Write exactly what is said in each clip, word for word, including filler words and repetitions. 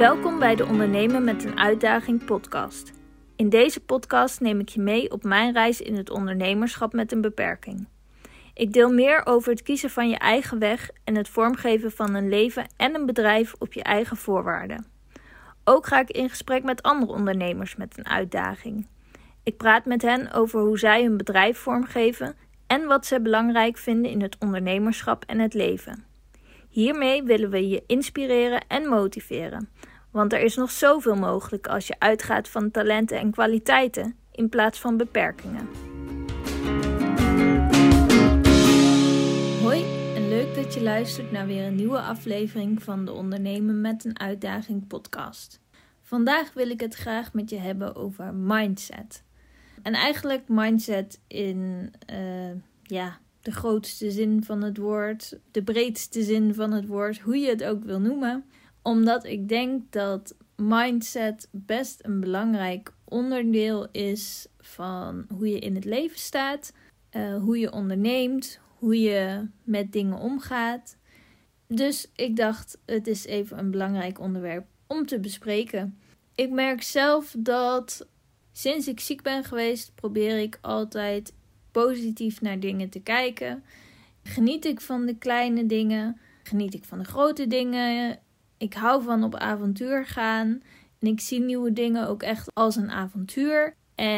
Welkom bij de Ondernemen met een Uitdaging podcast. In deze podcast neem ik je mee op mijn reis in het ondernemerschap met een beperking. Ik deel meer over het kiezen van je eigen weg en het vormgeven van een leven en een bedrijf op je eigen voorwaarden. Ook ga ik in gesprek met andere ondernemers met een uitdaging. Ik praat met hen over hoe zij hun bedrijf vormgeven en wat ze belangrijk vinden in het ondernemerschap en het leven. Hiermee willen we je inspireren en motiveren, want er is nog zoveel mogelijk als je uitgaat van talenten en kwaliteiten in plaats van beperkingen. Hoi en leuk dat je luistert naar weer een nieuwe aflevering van de Ondernemen met een Uitdaging podcast. Vandaag wil ik het graag met je hebben over mindset. En eigenlijk mindset in uh, ja, de grootste zin van het woord, de breedste zin van het woord, hoe je het ook wil noemen. Omdat ik denk dat mindset best een belangrijk onderdeel is van hoe je in het leven staat, uh, hoe je onderneemt, hoe je met dingen omgaat. Dus ik dacht, het is even een belangrijk onderwerp om te bespreken. Ik merk zelf dat sinds ik ziek ben geweest, probeer ik altijd positief naar dingen te kijken. Geniet ik van de kleine dingen, geniet ik van de grote dingen. Ik hou van op avontuur gaan en ik zie nieuwe dingen ook echt als een avontuur.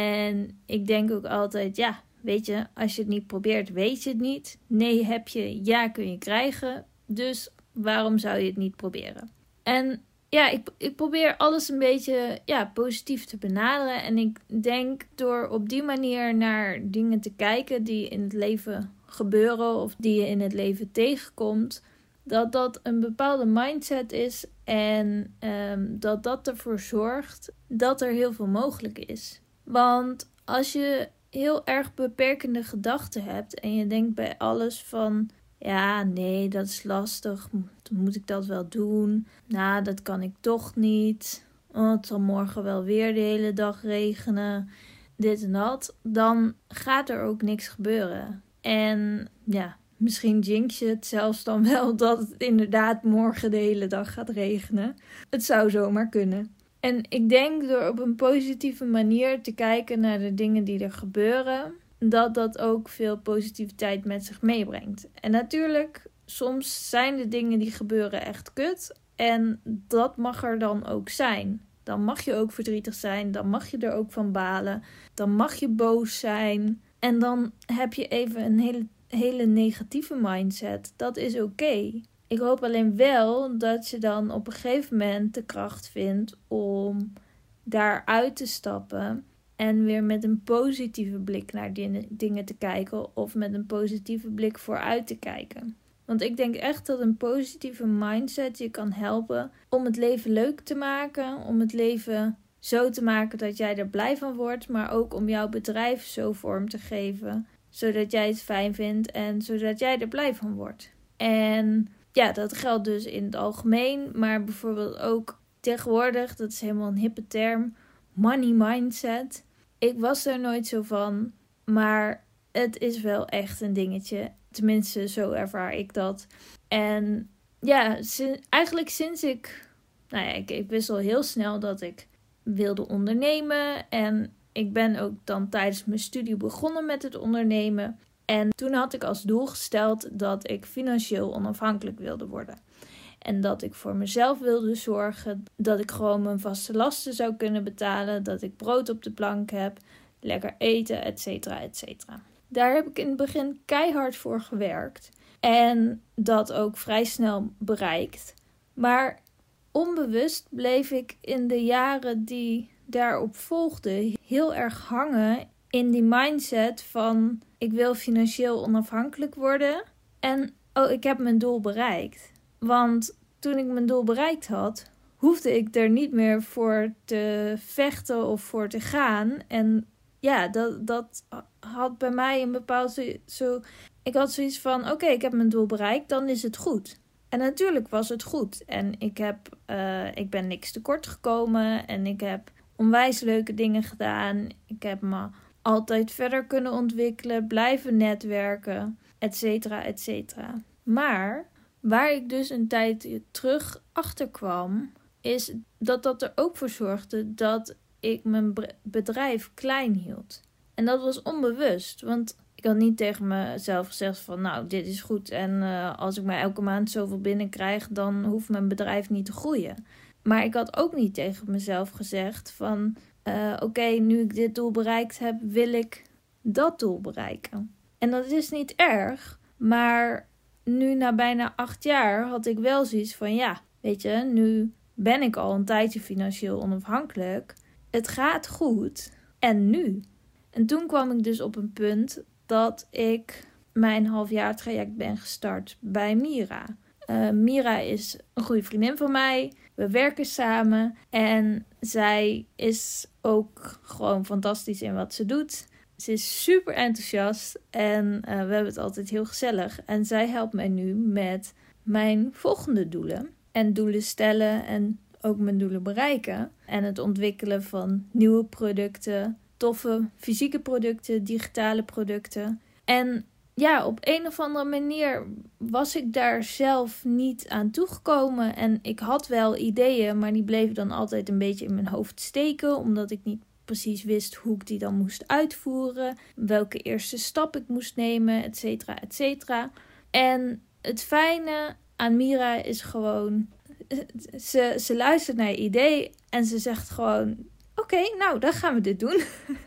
En ik denk ook altijd, ja, weet je, als je het niet probeert, weet je het niet. Nee heb je, ja kun je krijgen. Dus waarom zou je het niet proberen? En ja, ik, ik probeer alles een beetje ja, positief te benaderen. En ik denk door op die manier naar dingen te kijken die in het leven gebeuren of die je in het leven tegenkomt, dat dat een bepaalde mindset is en um, dat dat ervoor zorgt dat er heel veel mogelijk is. Want als je heel erg beperkende gedachten hebt en je denkt bij alles van, ja, nee, dat is lastig, moet ik dat wel doen? Nou, dat kan ik toch niet. Oh, het zal morgen wel weer de hele dag regenen, dit en dat. Dan gaat er ook niks gebeuren. En ja, misschien jinx je het zelfs dan wel dat het inderdaad morgen de hele dag gaat regenen. Het zou zomaar kunnen. En ik denk door op een positieve manier te kijken naar de dingen die er gebeuren, dat dat ook veel positiviteit met zich meebrengt. En natuurlijk, soms zijn de dingen die gebeuren echt kut. En dat mag er dan ook zijn. Dan mag je ook verdrietig zijn. Dan mag je er ook van balen. Dan mag je boos zijn. En dan heb je even een hele, hele negatieve mindset. Dat is oké. Okay. Ik hoop alleen wel dat je dan op een gegeven moment de kracht vindt om daaruit te stappen en weer met een positieve blik naar dingen te kijken of met een positieve blik vooruit te kijken. Want ik denk echt dat een positieve mindset je kan helpen om het leven leuk te maken, om het leven zo te maken dat jij er blij van wordt, maar ook om jouw bedrijf zo vorm te geven, zodat jij het fijn vindt en zodat jij er blij van wordt. En ja, dat geldt dus in het algemeen, maar bijvoorbeeld ook tegenwoordig, dat is helemaal een hippe term, money mindset. Ik was er nooit zo van, maar het is wel echt een dingetje. Tenminste, zo ervaar ik dat. En ja, sin- eigenlijk sinds ik, nou ja, ik, ik wist al heel snel dat ik wilde ondernemen. En ik ben ook dan tijdens mijn studie begonnen met het ondernemen. En toen had ik als doel gesteld dat ik financieel onafhankelijk wilde worden. En dat ik voor mezelf wilde zorgen, dat ik gewoon mijn vaste lasten zou kunnen betalen, dat ik brood op de plank heb, lekker eten, et cetera, et cetera. Daar heb ik in het begin keihard voor gewerkt en dat ook vrij snel bereikt. Maar onbewust bleef ik in de jaren die daarop volgden heel erg hangen in die mindset van ik wil financieel onafhankelijk worden en oh, ik heb mijn doel bereikt. Want toen ik mijn doel bereikt had, hoefde ik er niet meer voor te vechten of voor te gaan. En ja, dat, dat had bij mij een bepaald zo, zo... Ik had zoiets van, oké, okay, ik heb mijn doel bereikt, dan is het goed. En natuurlijk was het goed. En ik, heb, uh, ik ben niks tekort gekomen en ik heb onwijs leuke dingen gedaan. Ik heb me altijd verder kunnen ontwikkelen, blijven netwerken, et cetera, et cetera. Maar waar ik dus een tijd terug achter kwam, is dat dat er ook voor zorgde dat ik mijn bedrijf klein hield. En dat was onbewust, want ik had niet tegen mezelf gezegd van nou, dit is goed en uh, als ik maar elke maand zoveel binnenkrijg, dan hoeft mijn bedrijf niet te groeien. Maar ik had ook niet tegen mezelf gezegd van uh, oké, okay, nu ik dit doel bereikt heb, wil ik dat doel bereiken. En dat is niet erg, maar nu na bijna acht jaar had ik wel zoiets van ja, weet je, nu ben ik al een tijdje financieel onafhankelijk. Het gaat goed. En nu? En toen kwam ik dus op een punt dat ik mijn halfjaartraject ben gestart bij Mira. Uh, Mira is een goede vriendin van mij. We werken samen. En zij is ook gewoon fantastisch in wat ze doet. Ze is super enthousiast. En uh, we hebben het altijd heel gezellig. En zij helpt mij nu met mijn volgende doelen. En doelen stellen en ook mijn doelen bereiken. En het ontwikkelen van nieuwe producten. Toffe fysieke producten, digitale producten. En ja, op een of andere manier was ik daar zelf niet aan toegekomen. En ik had wel ideeën, maar die bleven dan altijd een beetje in mijn hoofd steken. Omdat ik niet precies wist hoe ik die dan moest uitvoeren. Welke eerste stap ik moest nemen, et cetera, et cetera. En het fijne aan Mira is gewoon, ze, ze luistert naar je idee en ze zegt gewoon, oké, okay, nou, dan gaan we dit doen.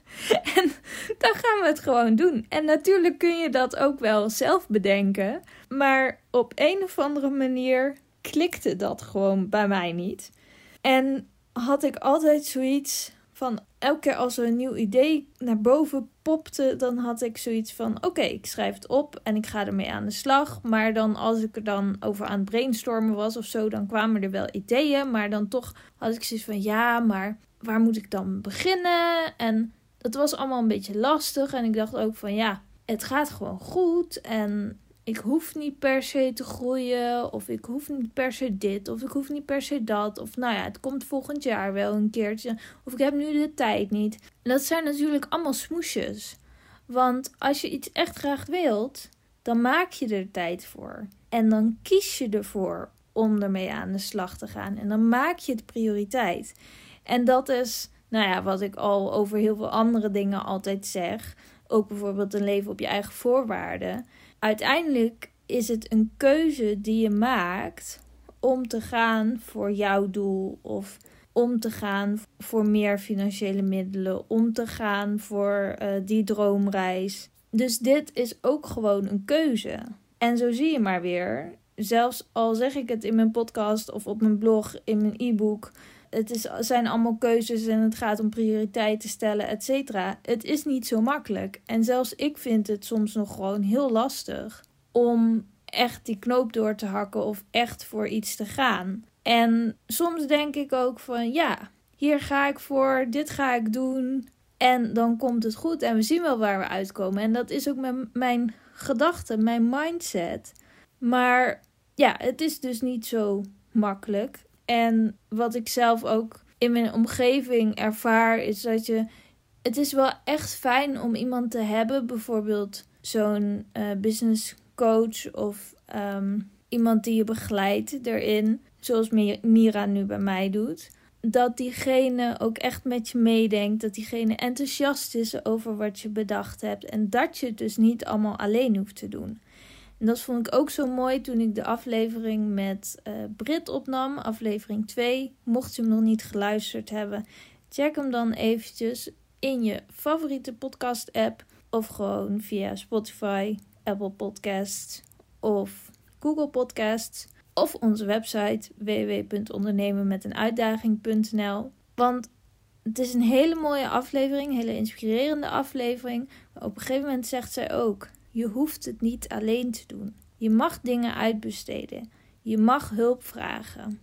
En dan gaan we het gewoon doen. En natuurlijk kun je dat ook wel zelf bedenken. Maar op een of andere manier klikte dat gewoon bij mij niet. En had ik altijd zoiets van, elke keer als er een nieuw idee naar boven popte, dan had ik zoiets van, oké, okay, ik schrijf het op en ik ga ermee aan de slag. Maar dan als ik er dan over aan het brainstormen was of zo, dan kwamen er wel ideeën. Maar dan toch had ik zoiets van, ja, maar waar moet ik dan beginnen? En dat was allemaal een beetje lastig. En ik dacht ook van, ja, het gaat gewoon goed. En ik hoef niet per se te groeien. Of ik hoef niet per se dit. Of ik hoef niet per se dat. Of nou ja, het komt volgend jaar wel een keertje. Of ik heb nu de tijd niet. En dat zijn natuurlijk allemaal smoesjes. Want als je iets echt graag wilt, dan maak je er tijd voor. En dan kies je ervoor om ermee aan de slag te gaan. En dan maak je het prioriteit. En dat is, nou ja, wat ik al over heel veel andere dingen altijd zeg. Ook bijvoorbeeld een leven op je eigen voorwaarden. Uiteindelijk is het een keuze die je maakt om te gaan voor jouw doel. Of om te gaan voor meer financiële middelen. Om te gaan voor uh, die droomreis. Dus dit is ook gewoon een keuze. En zo zie je maar weer. Zelfs al zeg ik het in mijn podcast of op mijn blog, in mijn e-book. Het is, zijn allemaal keuzes en het gaat om prioriteiten stellen, et cetera. Het is niet zo makkelijk. En zelfs ik vind het soms nog gewoon heel lastig om echt die knoop door te hakken of echt voor iets te gaan. En soms denk ik ook van ja, hier ga ik voor, dit ga ik doen. En dan komt het goed en we zien wel waar we uitkomen. En dat is ook mijn, mijn gedachte, mijn mindset. Maar ja, het is dus niet zo makkelijk. En wat ik zelf ook in mijn omgeving ervaar is dat je, het is wel echt fijn om iemand te hebben, bijvoorbeeld zo'n uh, business coach of um, iemand die je begeleidt erin, zoals Mira nu bij mij doet. Dat diegene ook echt met je meedenkt, dat diegene enthousiast is over wat je bedacht hebt en dat je het dus niet allemaal alleen hoeft te doen. En dat vond ik ook zo mooi toen ik de aflevering met uh, Brit opnam, aflevering twee. Mocht je hem nog niet geluisterd hebben, check hem dan eventjes in je favoriete podcast app. Of gewoon via Spotify, Apple Podcasts of Google Podcasts. Of onze website w w w punt ondernemen met een uitdaging punt n l. Want het is een hele mooie aflevering, een hele inspirerende aflevering. Maar op een gegeven moment zegt zij ook, je hoeft het niet alleen te doen. Je mag dingen uitbesteden. Je mag hulp vragen.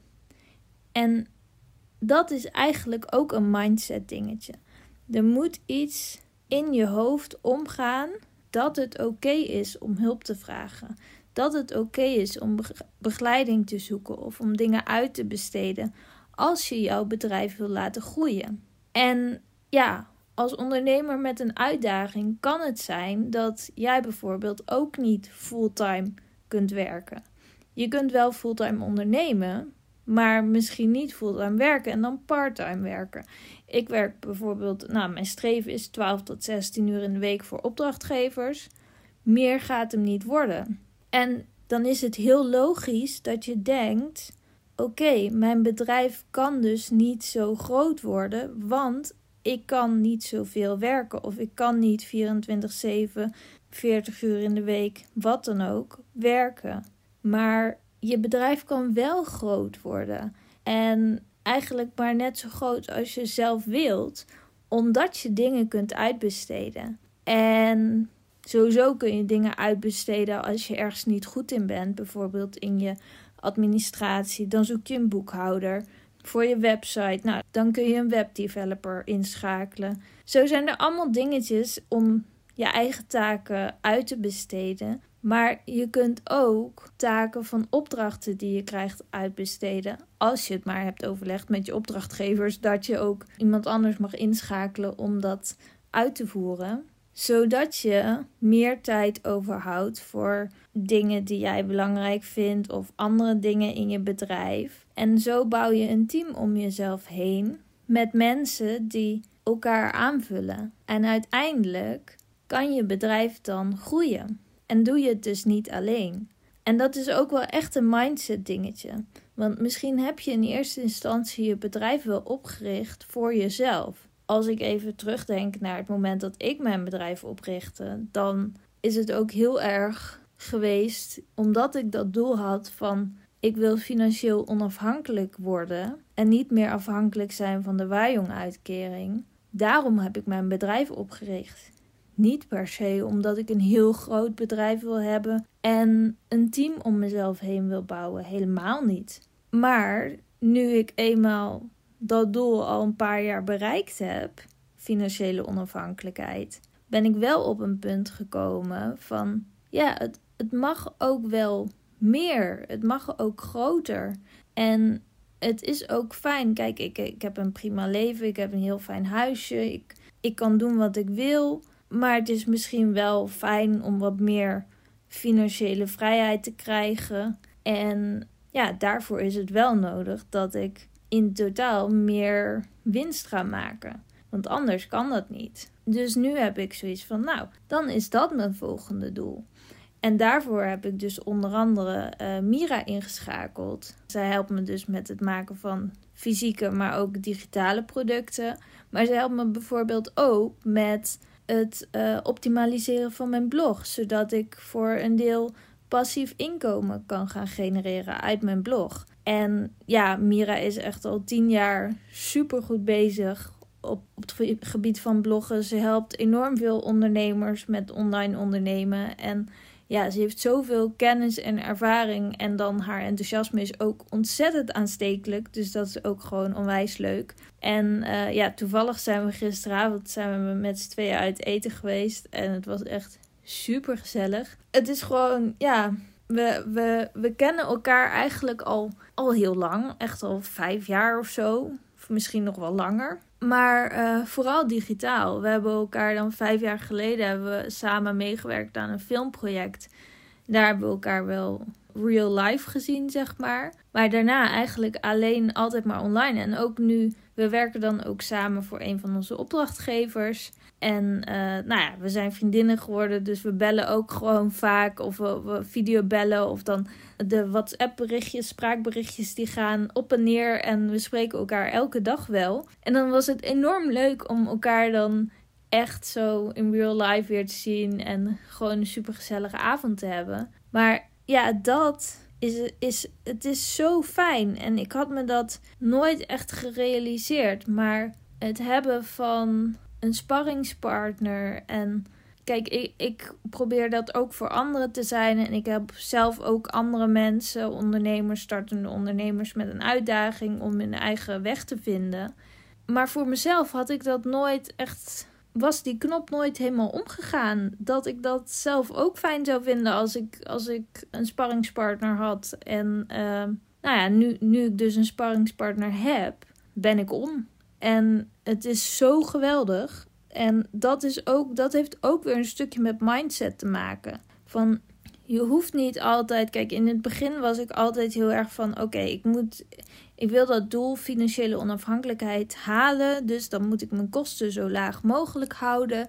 En dat is eigenlijk ook een mindset dingetje. Er moet iets in je hoofd omgaan dat het oké is om hulp te vragen. Dat het oké is om begeleiding te zoeken of om dingen uit te besteden als je jouw bedrijf wil laten groeien. En ja, als ondernemer met een uitdaging kan het zijn dat jij bijvoorbeeld ook niet fulltime kunt werken. Je kunt wel fulltime ondernemen, maar misschien niet fulltime werken en dan parttime werken. Ik werk bijvoorbeeld, nou mijn streven is twaalf tot zestien uur in de week voor opdrachtgevers. Meer gaat hem niet worden. En dan is het heel logisch dat je denkt, oké, okay, mijn bedrijf kan dus niet zo groot worden, want ik kan niet zoveel werken of ik kan niet vierentwintig zeven, veertig uur in de week, wat dan ook, werken. Maar je bedrijf kan wel groot worden en eigenlijk maar net zo groot als je zelf wilt, omdat je dingen kunt uitbesteden. En sowieso kun je dingen uitbesteden als je ergens niet goed in bent, bijvoorbeeld in je administratie. Dan zoek je een boekhouder voor je website. Nou, dan kun je een webdeveloper inschakelen. Zo zijn er allemaal dingetjes om je eigen taken uit te besteden. Maar je kunt ook taken van opdrachten die je krijgt uitbesteden. Als je het maar hebt overlegd met je opdrachtgevers, dat je ook iemand anders mag inschakelen om dat uit te voeren. Zodat je meer tijd overhoudt voor dingen die jij belangrijk vindt of andere dingen in je bedrijf. En zo bouw je een team om jezelf heen met mensen die elkaar aanvullen. En uiteindelijk kan je bedrijf dan groeien. En doe je het dus niet alleen. En dat is ook wel echt een mindset dingetje. Want misschien heb je in eerste instantie je bedrijf wel opgericht voor jezelf. Als ik even terugdenk naar het moment dat ik mijn bedrijf oprichtte, dan is het ook heel erg geweest omdat ik dat doel had van ik wil financieel onafhankelijk worden en niet meer afhankelijk zijn van de Wajong-uitkering. Daarom heb ik mijn bedrijf opgericht. Niet per se omdat ik een heel groot bedrijf wil hebben en een team om mezelf heen wil bouwen. Helemaal niet. Maar nu ik eenmaal dat doel al een paar jaar bereikt heb, financiële onafhankelijkheid, ben ik wel op een punt gekomen van ja, het, het mag ook wel meer. Het mag ook groter. En het is ook fijn. Kijk, ik, ik heb een prima leven. Ik heb een heel fijn huisje. Ik, ik kan doen wat ik wil. Maar het is misschien wel fijn om wat meer financiële vrijheid te krijgen. En ja, daarvoor is het wel nodig dat ik in totaal meer winst ga maken. Want anders kan dat niet. Dus nu heb ik zoiets van, nou, dan is dat mijn volgende doel. En daarvoor heb ik dus onder andere uh, Mira ingeschakeld. Zij helpt me dus met het maken van fysieke, maar ook digitale producten. Maar zij helpt me bijvoorbeeld ook met het uh, optimaliseren van mijn blog. Zodat ik voor een deel passief inkomen kan gaan genereren uit mijn blog. En ja, Mira is echt al tien jaar super goed bezig op, op het gebied van bloggen. Ze helpt enorm veel ondernemers met online ondernemen. En ja, ze heeft zoveel kennis en ervaring. En dan haar enthousiasme is ook ontzettend aanstekelijk. Dus dat is ook gewoon onwijs leuk. En uh, ja, toevallig zijn we gisteravond zijn we met z'n tweeën uit eten geweest. En het was echt super gezellig. Het is gewoon, ja, we, we, we kennen elkaar eigenlijk al, al heel lang. Echt al vijf jaar of zo. Of misschien nog wel langer. Maar uh, vooral digitaal. We hebben elkaar dan vijf jaar geleden hebben we samen meegewerkt aan een filmproject. Daar hebben we elkaar wel real life gezien, zeg maar. Maar daarna eigenlijk alleen altijd maar online. En ook nu, we werken dan ook samen voor een van onze opdrachtgevers. En uh, nou ja, we zijn vriendinnen geworden, dus we bellen ook gewoon vaak. Of we, we videobellen of dan de WhatsApp berichtjes, spraakberichtjes die gaan op en neer. En we spreken elkaar elke dag wel. En dan was het enorm leuk om elkaar dan echt zo in real life weer te zien. En gewoon een super gezellige avond te hebben. Maar ja, dat is, is, het is zo fijn. En ik had me dat nooit echt gerealiseerd. Maar het hebben van een sparringspartner. En kijk, ik, ik probeer dat ook voor anderen te zijn. En ik heb zelf ook andere mensen, ondernemers, startende ondernemers met een uitdaging om hun eigen weg te vinden. Maar voor mezelf had ik dat nooit echt, was die knop nooit helemaal omgegaan. Dat ik dat zelf ook fijn zou vinden als ik, als ik een sparringspartner had. En uh, nou ja, nu, nu ik dus een sparringspartner heb, ben ik om. En het is zo geweldig. En dat, is ook, dat heeft ook weer een stukje met mindset te maken. Van je hoeft niet altijd... Kijk, in het begin was ik altijd heel erg van... Oké, okay, ik moet... Ik wil dat doel financiële onafhankelijkheid halen. Dus dan moet ik mijn kosten zo laag mogelijk houden.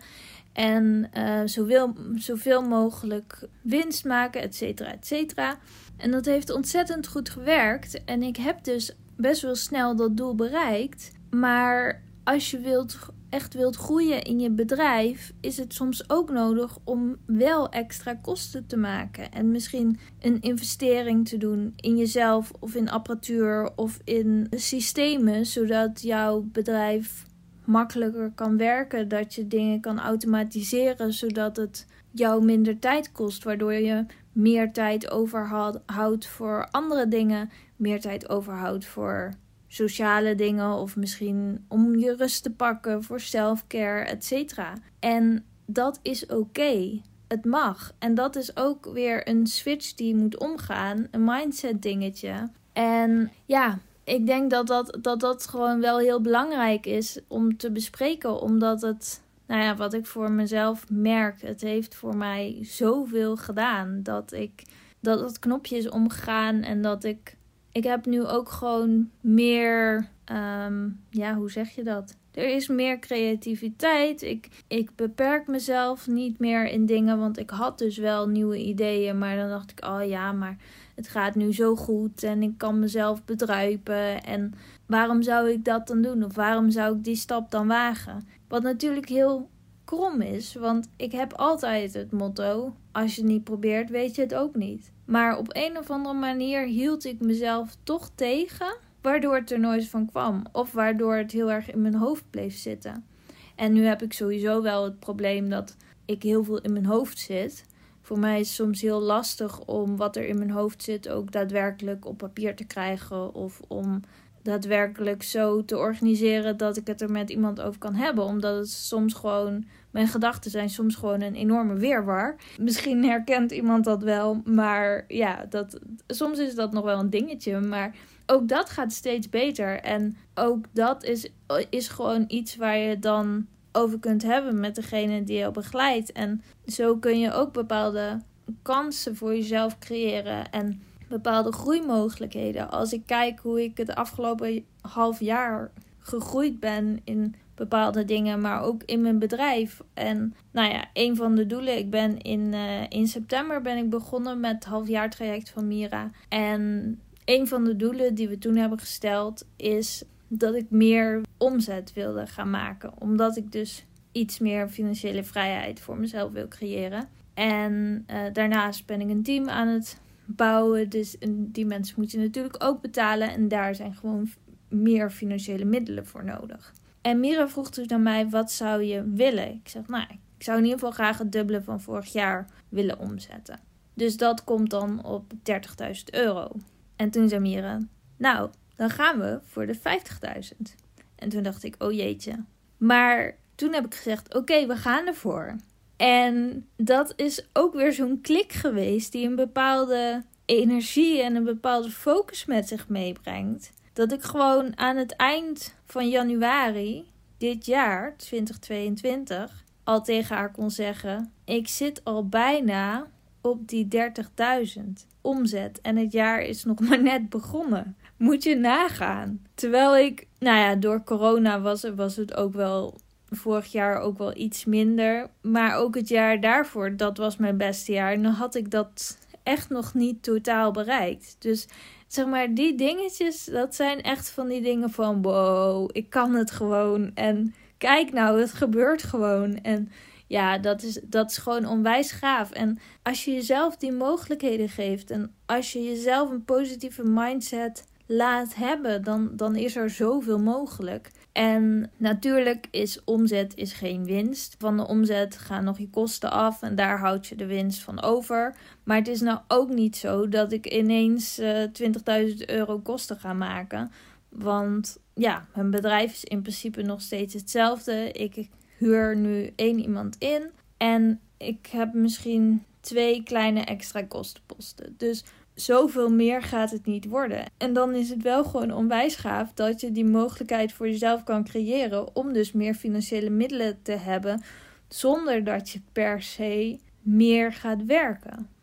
En uh, zoveel, zoveel mogelijk winst maken, et cetera, et cetera. En dat heeft ontzettend goed gewerkt. En ik heb dus best wel snel dat doel bereikt. Maar als je wilt, echt wilt groeien in je bedrijf, is het soms ook nodig om wel extra kosten te maken. En misschien een investering te doen in jezelf of in apparatuur of in systemen, zodat jouw bedrijf makkelijker kan werken. Dat je dingen kan automatiseren, zodat het jou minder tijd kost, waardoor je meer tijd overhoudt voor andere dingen, meer tijd overhoudt voor sociale dingen of misschien om je rust te pakken voor self-care, et cetera. En dat is oké. Okay. Het mag. En dat is ook weer een switch die moet omgaan, een mindset dingetje. En ja, ik denk dat dat, dat dat gewoon wel heel belangrijk is om te bespreken, omdat het, nou ja, wat ik voor mezelf merk, het heeft voor mij zoveel gedaan dat ik, dat het knopje is omgegaan en dat ik, ik heb nu ook gewoon meer, um, ja, hoe zeg je dat? Er is meer creativiteit. Ik, ik beperk mezelf niet meer in dingen, want ik had dus wel nieuwe ideeën, maar dan dacht ik, oh ja, maar het gaat nu zo goed en ik kan mezelf bedruipen en waarom zou ik dat dan doen? Of waarom zou ik die stap dan wagen? Wat natuurlijk heel krom is, want ik heb altijd het motto, als je het niet probeert, weet je het ook niet. Maar op een of andere manier hield ik mezelf toch tegen, waardoor het er nooit van kwam. Of waardoor het heel erg in mijn hoofd bleef zitten. En nu heb ik sowieso wel het probleem dat ik heel veel in mijn hoofd zit. Voor mij is het soms heel lastig om wat er in mijn hoofd zit ook daadwerkelijk op papier te krijgen. Of om daadwerkelijk zo te organiseren dat ik het er met iemand over kan hebben. Omdat het soms gewoon, mijn gedachten zijn soms gewoon een enorme wirwar. Misschien herkent iemand dat wel, maar ja, dat, soms is dat nog wel een dingetje. Maar ook dat gaat steeds beter. En ook dat is, is gewoon iets waar je dan over kunt hebben met degene die je begeleidt. En zo kun je ook bepaalde kansen voor jezelf creëren en bepaalde groeimogelijkheden. Als ik kijk hoe ik het afgelopen half jaar gegroeid ben in bepaalde dingen, maar ook in mijn bedrijf. En nou ja, een van de doelen, ik ben in, uh, in september ben ik begonnen met het halfjaartraject van Mira. En een van de doelen die we toen hebben gesteld is dat ik meer omzet wilde gaan maken. Omdat ik dus iets meer financiële vrijheid voor mezelf wil creëren. En uh, daarnaast ben ik een team aan het bouwen. Dus die mensen moet je natuurlijk ook betalen. En daar zijn gewoon meer financiële middelen voor nodig. En Mira vroeg dus naar mij, wat zou je willen? Ik zeg, nou, ik zou in ieder geval graag het dubbele van vorig jaar willen omzetten. Dus dat komt dan op dertigduizend euro. En toen zei Mira, nou, dan gaan we voor de vijftigduizend. En toen dacht ik, oh jeetje. Maar toen heb ik gezegd, oké, okay, we gaan ervoor. En dat is ook weer zo'n klik geweest die een bepaalde energie en een bepaalde focus met zich meebrengt. Dat ik gewoon aan het eind van januari dit jaar, twintig tweeëntwintig, al tegen haar kon zeggen, ik zit al bijna op die dertigduizend omzet. En het jaar is nog maar net begonnen. Moet je nagaan. Terwijl ik, nou ja, door corona was, was het ook wel vorig jaar ook wel iets minder. Maar ook het jaar daarvoor, dat was mijn beste jaar. En dan had ik dat echt nog niet totaal bereikt. Dus zeg maar, die dingetjes, dat zijn echt van die dingen van wow, ik kan het gewoon. En kijk nou, het gebeurt gewoon. En ja, dat is, dat is gewoon onwijs gaaf. En als je jezelf die mogelijkheden geeft en als je jezelf een positieve mindset laat hebben, dan, dan is er zoveel mogelijk. En natuurlijk is omzet is geen winst. Van de omzet gaan nog je kosten af en daar houd je de winst van over. Maar het is nou ook niet zo dat ik ineens uh, twintigduizend euro kosten ga maken. Want ja, mijn bedrijf is in principe nog steeds hetzelfde. Ik huur nu één iemand in en ik heb misschien twee kleine extra kostenposten. Dus zoveel meer gaat het niet worden. En dan is het wel gewoon onwijs gaaf dat je die mogelijkheid voor jezelf kan creëren om dus meer financiële middelen te hebben zonder dat je per se meer gaat werken.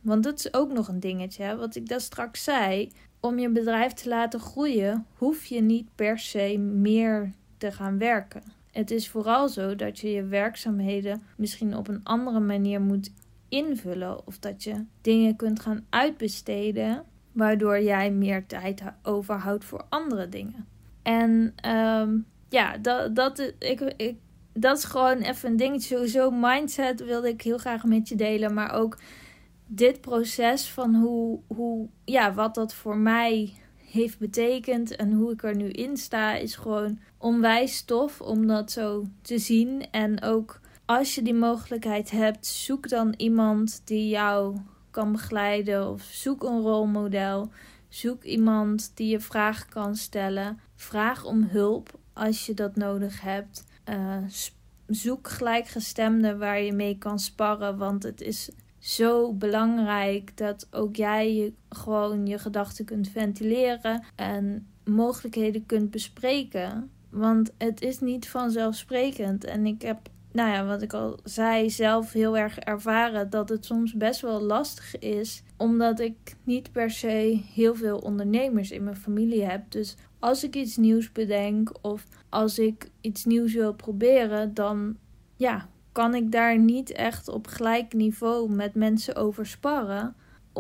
Want dat is ook nog een dingetje. Hè? Wat ik daar straks zei. Om je bedrijf te laten groeien, hoef je niet per se meer te gaan werken. Het is vooral zo dat je je werkzaamheden misschien op een andere manier moet invullen. Of dat je dingen kunt gaan uitbesteden, waardoor jij meer tijd overhoudt voor andere dingen. En um, ja, dat, dat, ik, ik, dat is gewoon even een dingetje. Sowieso mindset wilde ik heel graag met je delen. Maar ook dit proces van hoe, hoe, ja, wat dat voor mij heeft betekend en hoe ik er nu in sta, is gewoon onwijs tof om dat zo te zien. En ook als je die mogelijkheid hebt, zoek dan iemand die jou kan begeleiden of zoek een rolmodel. Zoek iemand die je vragen kan stellen. Vraag om hulp als je dat nodig hebt. Uh, zoek gelijkgestemden waar je mee kan sparren, want het is zo belangrijk dat ook jij je, gewoon je gedachten kunt ventileren en mogelijkheden kunt bespreken. Want het is niet vanzelfsprekend. En ik heb, nou ja, wat ik al zei, zelf heel erg ervaren dat het soms best wel lastig is. Omdat ik niet per se heel veel ondernemers in mijn familie heb. Dus als ik iets nieuws bedenk of als ik iets nieuws wil proberen, dan ja, kan ik daar niet echt op gelijk niveau met mensen over sparren.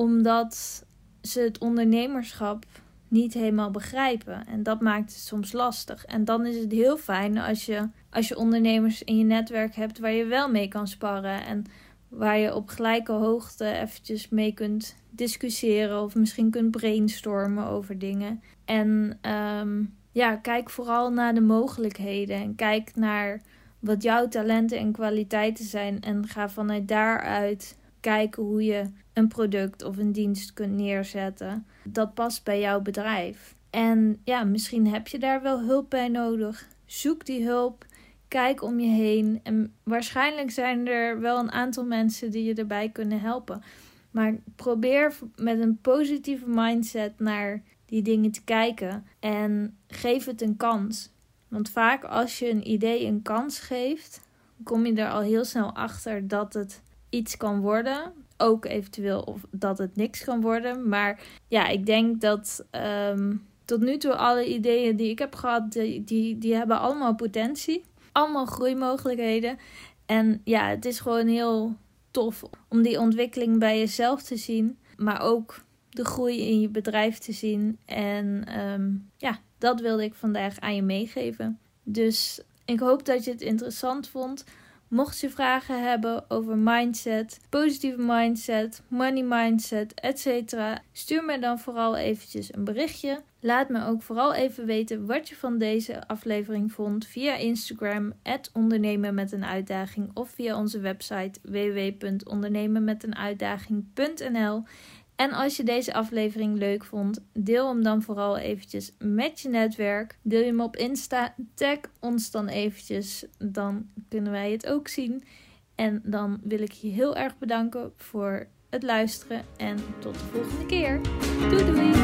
Omdat ze het ondernemerschap niet helemaal begrijpen. En dat maakt het soms lastig. En dan is het heel fijn als je, als je ondernemers in je netwerk hebt waar je wel mee kan sparren. En waar je op gelijke hoogte eventjes mee kunt discussiëren. Of misschien kunt brainstormen over dingen. En um, ja, kijk vooral naar de mogelijkheden. En kijk naar wat jouw talenten en kwaliteiten zijn. En ga vanuit daaruit kijken hoe je een product of een dienst kunt neerzetten. Dat past bij jouw bedrijf. En ja, misschien heb je daar wel hulp bij nodig. Zoek die hulp. Kijk om je heen. En waarschijnlijk zijn er wel een aantal mensen die je erbij kunnen helpen. Maar probeer met een positieve mindset naar die dingen te kijken. En geef het een kans. Want vaak als je een idee een kans geeft, kom je er al heel snel achter dat het iets kan worden. Ook eventueel of dat het niks kan worden. Maar ja, ik denk dat um, tot nu toe alle ideeën die ik heb gehad, die, die, die hebben allemaal potentie. Allemaal groeimogelijkheden. En ja, het is gewoon heel tof om die ontwikkeling bij jezelf te zien. Maar ook de groei in je bedrijf te zien. En um, ja, dat wilde ik vandaag aan je meegeven. Dus ik hoop dat je het interessant vond. Mocht je vragen hebben over mindset, positieve mindset, money mindset, et cetera, stuur me dan vooral eventjes een berichtje. Laat me ook vooral even weten wat je van deze aflevering vond via Instagram, at ondernemen met een uitdaging, of via onze website w w w punt ondernemen met een uitdaging punt n l. En als je deze aflevering leuk vond, deel hem dan vooral eventjes met je netwerk. Deel je hem op Insta, tag ons dan eventjes, dan kunnen wij het ook zien. En dan wil ik je heel erg bedanken voor het luisteren en tot de volgende keer. Doei doei!